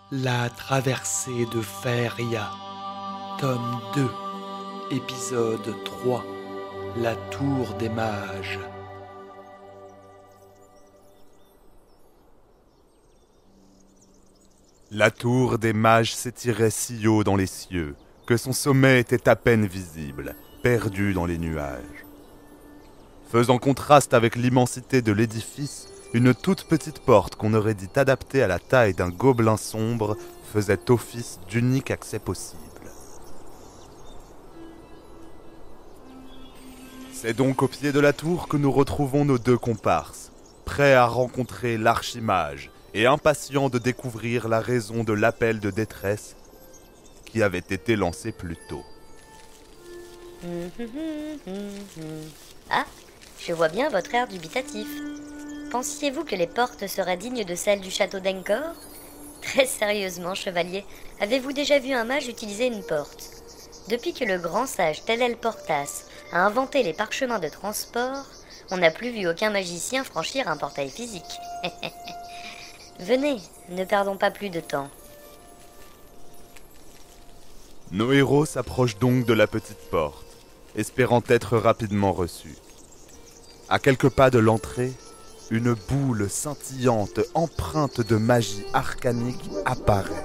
La traversée de Feria, tome 2, épisode 3, la tour des mages. La tour des mages s'étirait si haut dans les cieux que son sommet était à peine visible, perdu dans les nuages. Faisant contraste avec l'immensité de l'édifice, une toute petite porte qu'on aurait dit adaptée à la taille d'un gobelin sombre faisait office d'unique accès possible. C'est donc au pied de la tour que nous retrouvons nos deux comparses, prêts à rencontrer l'archimage et impatients de découvrir la raison de l'appel de détresse qui avait été lancé plus tôt. Ah, je vois bien votre air dubitatif. Pensiez-vous que les portes seraient dignes de celles du château d'Encor ? Très sérieusement, chevalier, avez-vous déjà vu un mage utiliser une porte ? Depuis que le grand sage Tellel Portas a inventé les parchemins de transport, on n'a plus vu aucun magicien franchir un portail physique. Venez, ne perdons pas plus de temps. Nos héros s'approchent donc de la petite porte, espérant être rapidement reçus. À quelques pas de l'entrée, une boule scintillante empreinte de magie arcanique apparaît.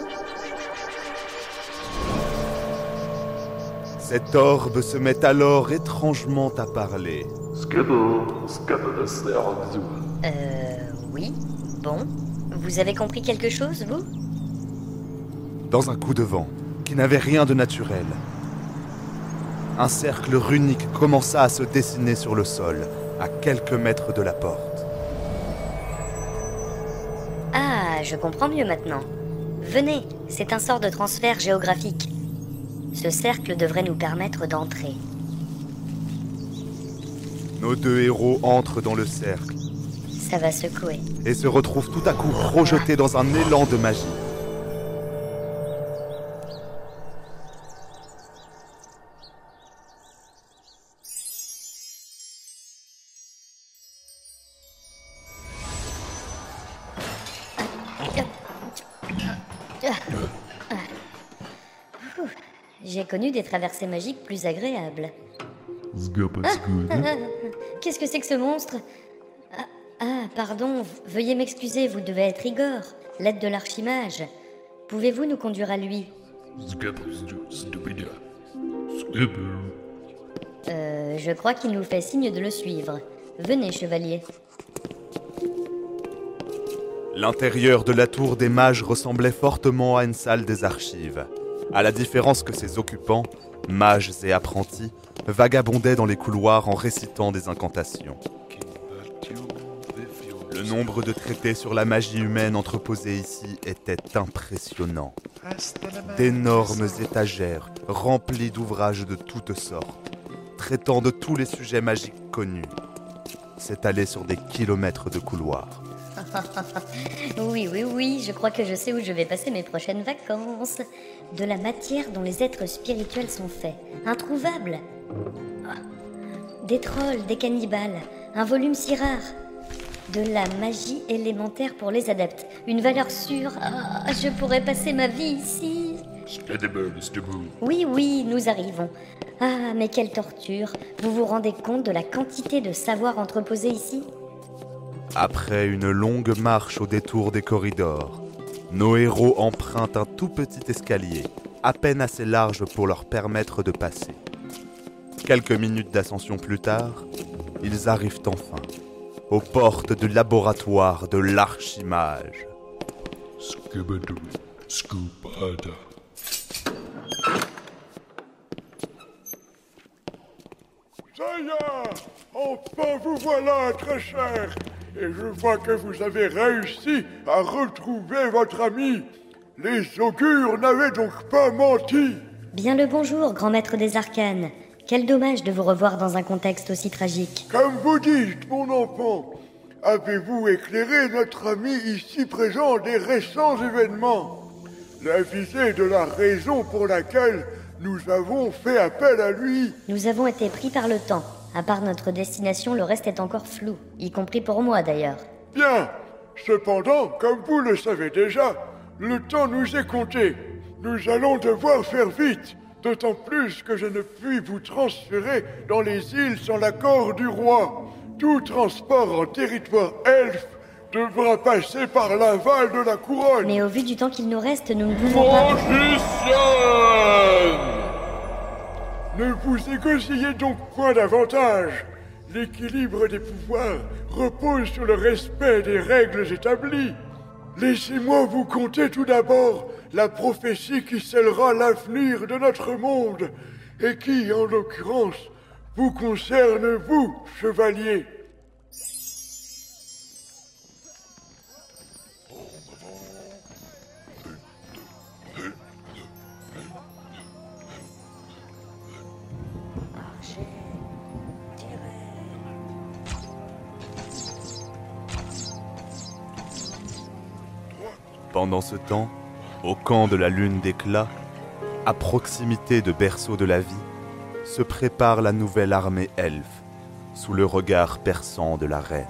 Cette orbe se met alors étrangement à parler. Oui, bon. Vous avez compris quelque chose, vous ? Dans un coup de vent, qui n'avait rien de naturel, un cercle runique commença à se dessiner sur le sol, à quelques mètres de la porte. Ah, je comprends mieux maintenant. Venez, c'est un sort de transfert géographique. Ce cercle devrait nous permettre d'entrer. Nos deux héros entrent dans le cercle Ça va secouer. et se retrouvent tout à coup projetés dans un élan de magie. J'ai connu des traversées magiques plus agréables. Qu'est-ce que c'est que ce monstre ? Pardon, veuillez m'excuser, vous devez être Igor, l'aide de l'archimage. Pouvez-vous nous conduire à lui ? Je crois qu'il nous fait signe de le suivre. Venez, chevalier. L'intérieur de la tour des mages ressemblait fortement à une salle des archives, à la différence que ses occupants, mages et apprentis, vagabondaient dans les couloirs en récitant des incantations. Le nombre de traités sur la magie humaine entreposés ici était impressionnant. D'énormes étagères remplies d'ouvrages de toutes sortes, traitant de tous les sujets magiques connus, s'étalaient sur des kilomètres de couloirs. Oui, je crois que je sais où je vais passer mes prochaines vacances. De la matière dont les êtres spirituels sont faits, introuvable. Des trolls, des cannibales, un volume si rare. De la magie élémentaire pour les adeptes, une valeur sûre. Je pourrais passer ma vie ici. Oui, nous arrivons. Ah, mais quelle torture. Vous vous rendez compte de la quantité de savoir entreposé ici ? Après une longue marche au détour des corridors, nos héros empruntent un tout petit escalier, à peine assez large pour leur permettre de passer. Quelques minutes d'ascension plus tard, ils arrivent enfin aux portes du laboratoire de l'archimage. Ça y est, enfin vous voilà, très cher. Et je vois que vous avez réussi à retrouver votre ami. Les augures n'avaient donc pas menti. Bien le bonjour, grand maître des arcanes. Quel dommage de vous revoir dans un contexte aussi tragique. Comme vous dites, mon enfant, avez-vous éclairé notre ami ici présent des récents événements ? La visée de la raison pour laquelle nous avons fait appel à lui. Nous avons été pris par le temps. À part notre destination, le reste est encore flou, y compris pour moi d'ailleurs. Bien. Cependant, comme vous le savez déjà, Le temps nous est compté. Nous allons devoir faire vite, d'autant plus que je ne puis vous transférer dans les îles sans l'accord du roi. Tout transport en territoire elfe devra passer par l'aval de la couronne. Mais au vu du temps qu'il nous reste, nous ne pouvons pas... Magicienne! Ne vous négociez donc point davantage. L'équilibre des pouvoirs repose sur le respect des règles établies. Laissez-moi vous conter tout d'abord la prophétie qui scellera l'avenir de notre monde et qui, en l'occurrence, vous concerne, vous, chevalier. Pendant ce temps, au camp de la lune d'éclat, à proximité de Berceau de la vie, se prépare la nouvelle armée elfe, sous le regard perçant de la reine.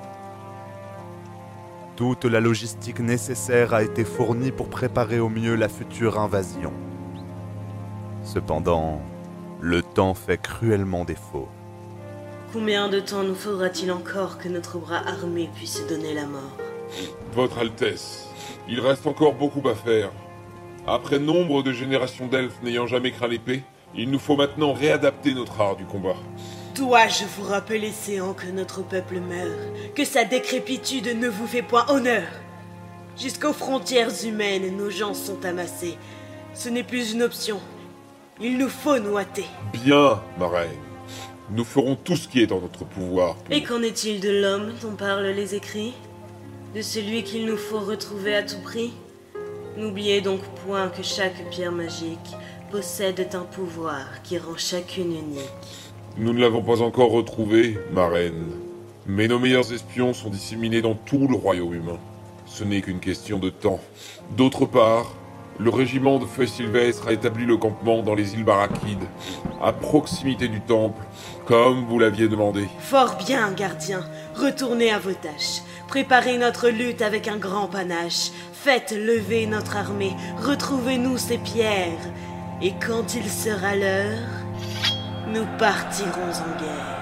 Toute la logistique nécessaire a été fournie pour préparer au mieux la future invasion. Cependant, le temps fait cruellement défaut. Combien de temps nous faudra-t-il encore que notre bras armé puisse se donner la mort? Votre Altesse, il reste encore beaucoup à faire. Après nombre de générations d'elfes n'ayant jamais craint l'épée, il nous faut maintenant réadapter notre art du combat. Dois-je vous rappeler, Séant, que notre peuple meurt, que sa décrépitude ne vous fait point honneur? Jusqu'aux frontières humaines, nos gens sont amassés. Ce n'est plus une option. Il nous faut nous hâter. Bien, ma reine. Nous ferons tout ce qui est en notre pouvoir. Et qu'en est-il de l'homme dont parlent les écrits? De celui qu'il nous faut retrouver à tout prix? N'oubliez donc point que chaque pierre magique possède un pouvoir qui rend chacune unique. Nous ne l'avons pas encore retrouvé, ma reine. Mais nos meilleurs espions sont disséminés dans tout le royaume humain. Ce n'est qu'une question de temps. D'autre part, le régiment de Feu Sylvestre a établi le campement dans les îles Barakides, à proximité du temple, comme vous l'aviez demandé. Fort bien, gardien. Retournez à vos tâches. Préparez notre lutte avec un grand panache. Faites lever notre armée. Retrouvez-nous ces pierres. Et quand il sera l'heure, nous partirons en guerre.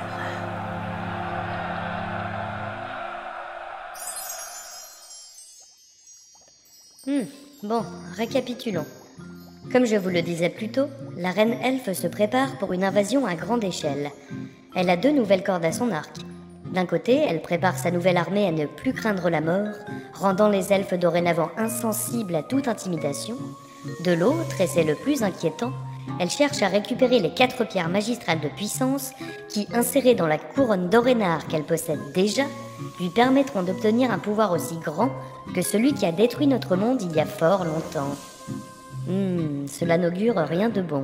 Bon, récapitulons. Comme je vous le disais plus tôt, la reine elfe se prépare pour une invasion à grande échelle. Elle a 2 nouvelles cordes à son arc. D'un côté, elle prépare sa nouvelle armée à ne plus craindre la mort, rendant les elfes dorénavant insensibles à toute intimidation. De l'autre, et c'est le plus inquiétant, elle cherche à récupérer les 4 pierres magistrales de puissance qui, insérées dans la couronne d'Orénar qu'elle possède déjà, lui permettront d'obtenir un pouvoir aussi grand que celui qui a détruit notre monde il y a fort longtemps. Cela n'augure rien de bon.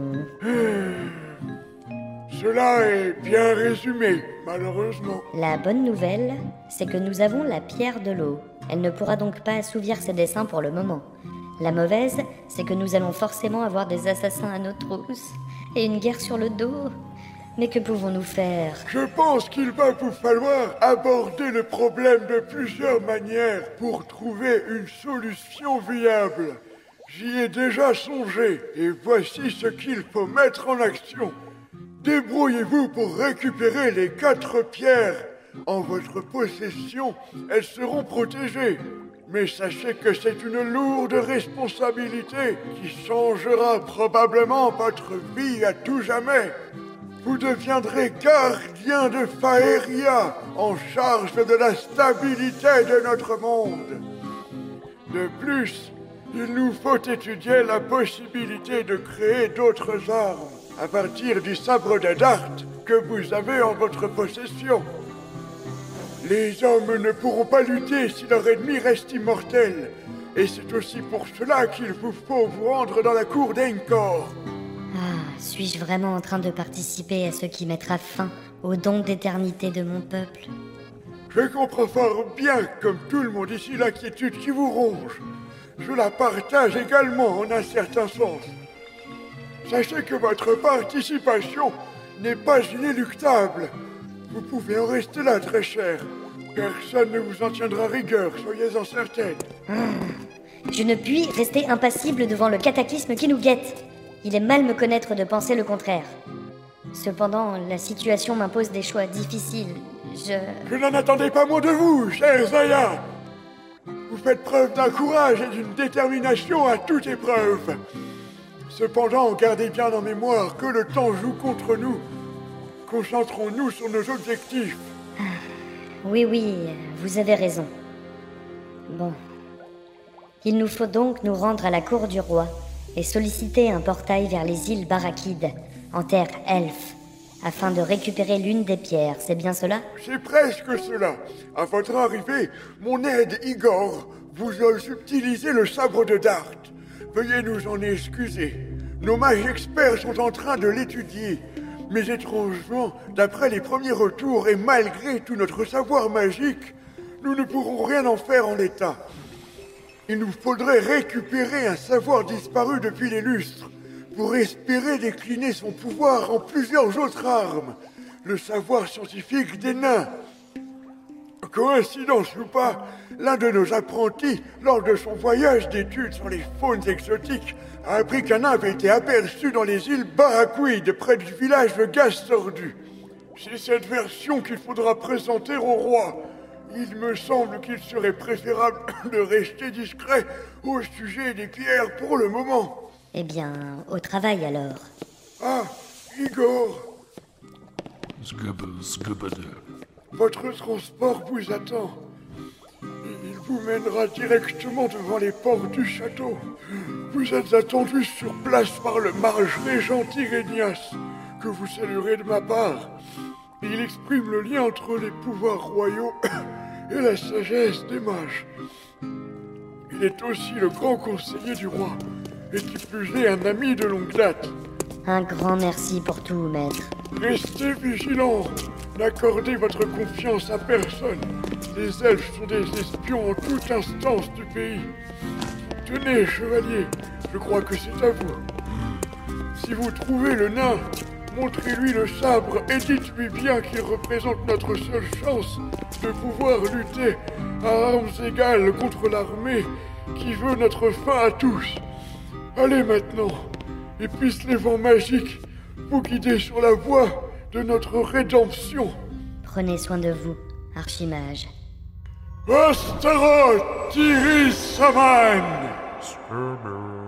Cela est bien résumé, malheureusement. La bonne nouvelle, c'est que nous avons la pierre de l'eau. Elle ne pourra donc pas assouvir ses desseins pour le moment. La mauvaise, c'est que nous allons forcément avoir des assassins à nos trousses et une guerre sur le dos. Mais que pouvons-nous faire? Je pense qu'il va vous falloir aborder le problème de plusieurs manières pour trouver une solution viable. J'y ai déjà songé et voici ce qu'il faut mettre en action. Débrouillez-vous pour récupérer les 4 pierres. En votre possession, elles seront protégées. Mais sachez que c'est une lourde responsabilité qui changera probablement votre vie à tout jamais. Vous deviendrez gardien de Faeria, en charge de la stabilité de notre monde. De plus, il nous faut étudier la possibilité de créer d'autres armes à partir du sabre de Dart que vous avez en votre possession. Les hommes ne pourront pas lutter si leur ennemi reste immortel. Et c'est aussi pour cela qu'il vous faut vous rendre dans la cour d'Encor. Suis-je vraiment en train de participer à ce qui mettra fin au don d'éternité de mon peuple? Je comprends fort bien, comme tout le monde ici, l'inquiétude qui vous ronge. Je la partage également en un certain sens. Sachez que votre participation n'est pas inéluctable. Vous pouvez en rester là, très cher. Personne ne vous en tiendra rigueur, soyez-en certaine. Je ne puis rester impassible devant le cataclysme qui nous guette. Il est mal me connaître de penser le contraire. Cependant, la situation m'impose des choix difficiles. Je n'en attendais pas moins de vous, cher Zaya. Vous faites preuve d'un courage et d'une détermination à toute épreuve. Cependant, gardez bien en mémoire que le temps joue contre nous. Concentrons-nous sur nos objectifs. Oui, vous avez raison. Bon. Il nous faut donc nous rendre à la cour du roi et solliciter un portail vers les îles Barakides, en terre elfe, afin de récupérer l'une des pierres, c'est bien cela? C'est presque cela. À votre arrivée, mon aide Igor vous a subtilisé le sabre de Dart. Veuillez nous en excuser. Nos mages experts sont en train de l'étudier. Mais étrangement, d'après les premiers retours et malgré tout notre savoir magique, nous ne pourrons rien en faire en l'état. Il nous faudrait récupérer un savoir disparu depuis les lustres pour espérer décliner son pouvoir en plusieurs autres armes. Le savoir scientifique des nains. Coïncidence ou pas, l'un de nos apprentis, lors de son voyage d'études sur les faunes exotiques, a appris qu'un nain avait été aperçu dans les îles Barakuid, près du village de Gastordu. C'est cette version qu'il faudra présenter au roi. Il me semble qu'il serait préférable de rester discret au sujet des pierres pour le moment. Eh bien, au travail alors. Ah, Igor, votre transport vous attend. Il vous mènera directement devant les portes du château. Vous êtes attendu sur place par le mage régent Tirenias, que vous saluerez de ma part. Il exprime le lien entre les pouvoirs royaux et la sagesse des mages. Il est aussi le grand conseiller du roi, et qui plus est un ami de longue date. Un grand merci pour tout, maître. Restez vigilants, n'accordez votre confiance à personne. Les elfes sont des espions en toute instance du pays. Tenez, chevalier, je crois que c'est à vous. Si vous trouvez le nain, montrez-lui le sabre et dites-lui bien qu'il représente notre seule chance de pouvoir lutter à armes égales contre l'armée qui veut notre fin à tous. Allez maintenant, et puissent les vents magiques vous guider sur la voie de notre rédemption. Prenez soin de vous, archimage. Astaroth Tiris Saman!